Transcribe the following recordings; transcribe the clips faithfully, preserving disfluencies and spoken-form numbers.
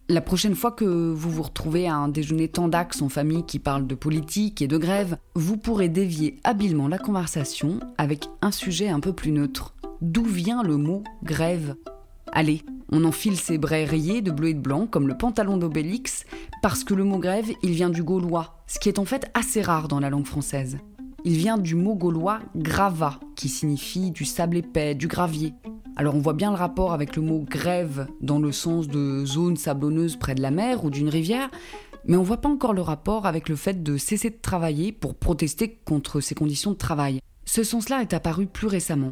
La prochaine fois que vous vous retrouvez à un déjeuner tendax en famille qui parle de politique et de grève, vous pourrez dévier habilement la conversation avec un sujet un peu plus neutre. D'où vient le mot « grève » ? Allez, on enfile ses braies rayés de bleu et de blanc comme le pantalon d'Obélix parce que le mot « grève » il vient du gaulois, ce qui est en fait assez rare dans la langue française. Il vient du mot gaulois « gravat » qui signifie du sable épais, du gravier. Alors on voit bien le rapport avec le mot « grève » dans le sens de zone sablonneuse près de la mer ou d'une rivière, mais on voit pas encore le rapport avec le fait de cesser de travailler pour protester contre ces conditions de travail. Ce sens-là est apparu plus récemment.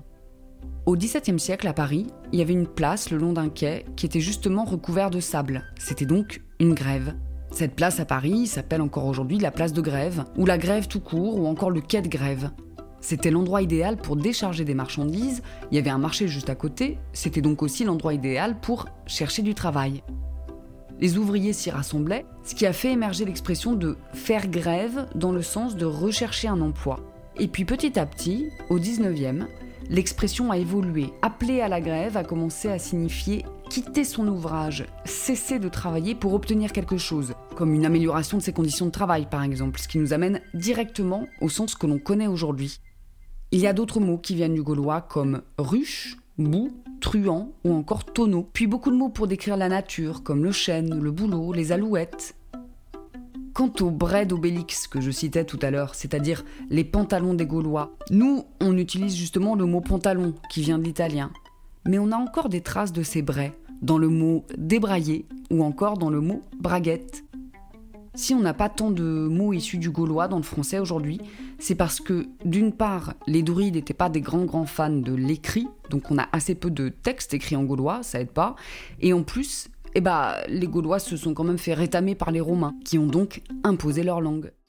Au dix-septième siècle, à Paris, il y avait une place le long d'un quai qui était justement recouvert de sable. C'était donc une grève. Cette place à Paris s'appelle encore aujourd'hui la place de Grève, ou la Grève tout court, ou encore le quai de Grève. C'était l'endroit idéal pour décharger des marchandises, il y avait un marché juste à côté, c'était donc aussi l'endroit idéal pour chercher du travail. Les ouvriers s'y rassemblaient, ce qui a fait émerger l'expression de « faire grève » dans le sens de rechercher un emploi. Et puis petit à petit, au dix-neuvième, l'expression a évolué. Appeler à la grève a commencé à signifier quitter son ouvrage, cesser de travailler pour obtenir quelque chose, comme une amélioration de ses conditions de travail par exemple, ce qui nous amène directement au sens que l'on connaît aujourd'hui. Il y a d'autres mots qui viennent du gaulois comme ruche, boue, truand ou encore tonneau, puis beaucoup de mots pour décrire la nature comme le chêne, le bouleau, les alouettes. Quant aux braies d'Obélix que je citais tout à l'heure, c'est-à-dire les pantalons des Gaulois, nous, on utilise justement le mot pantalon qui vient de l'italien. Mais on a encore des traces de ces braies dans le mot débrailler ou encore dans le mot braguette. Si on n'a pas tant de mots issus du gaulois dans le français aujourd'hui, c'est parce que, d'une part, les Dourides n'étaient pas des grands grands fans de l'écrit, donc on a assez peu de textes écrits en gaulois, ça aide pas, et en plus, eh bah, les Gaulois se sont quand même fait rétamer par les Romains, qui ont donc imposé leur langue.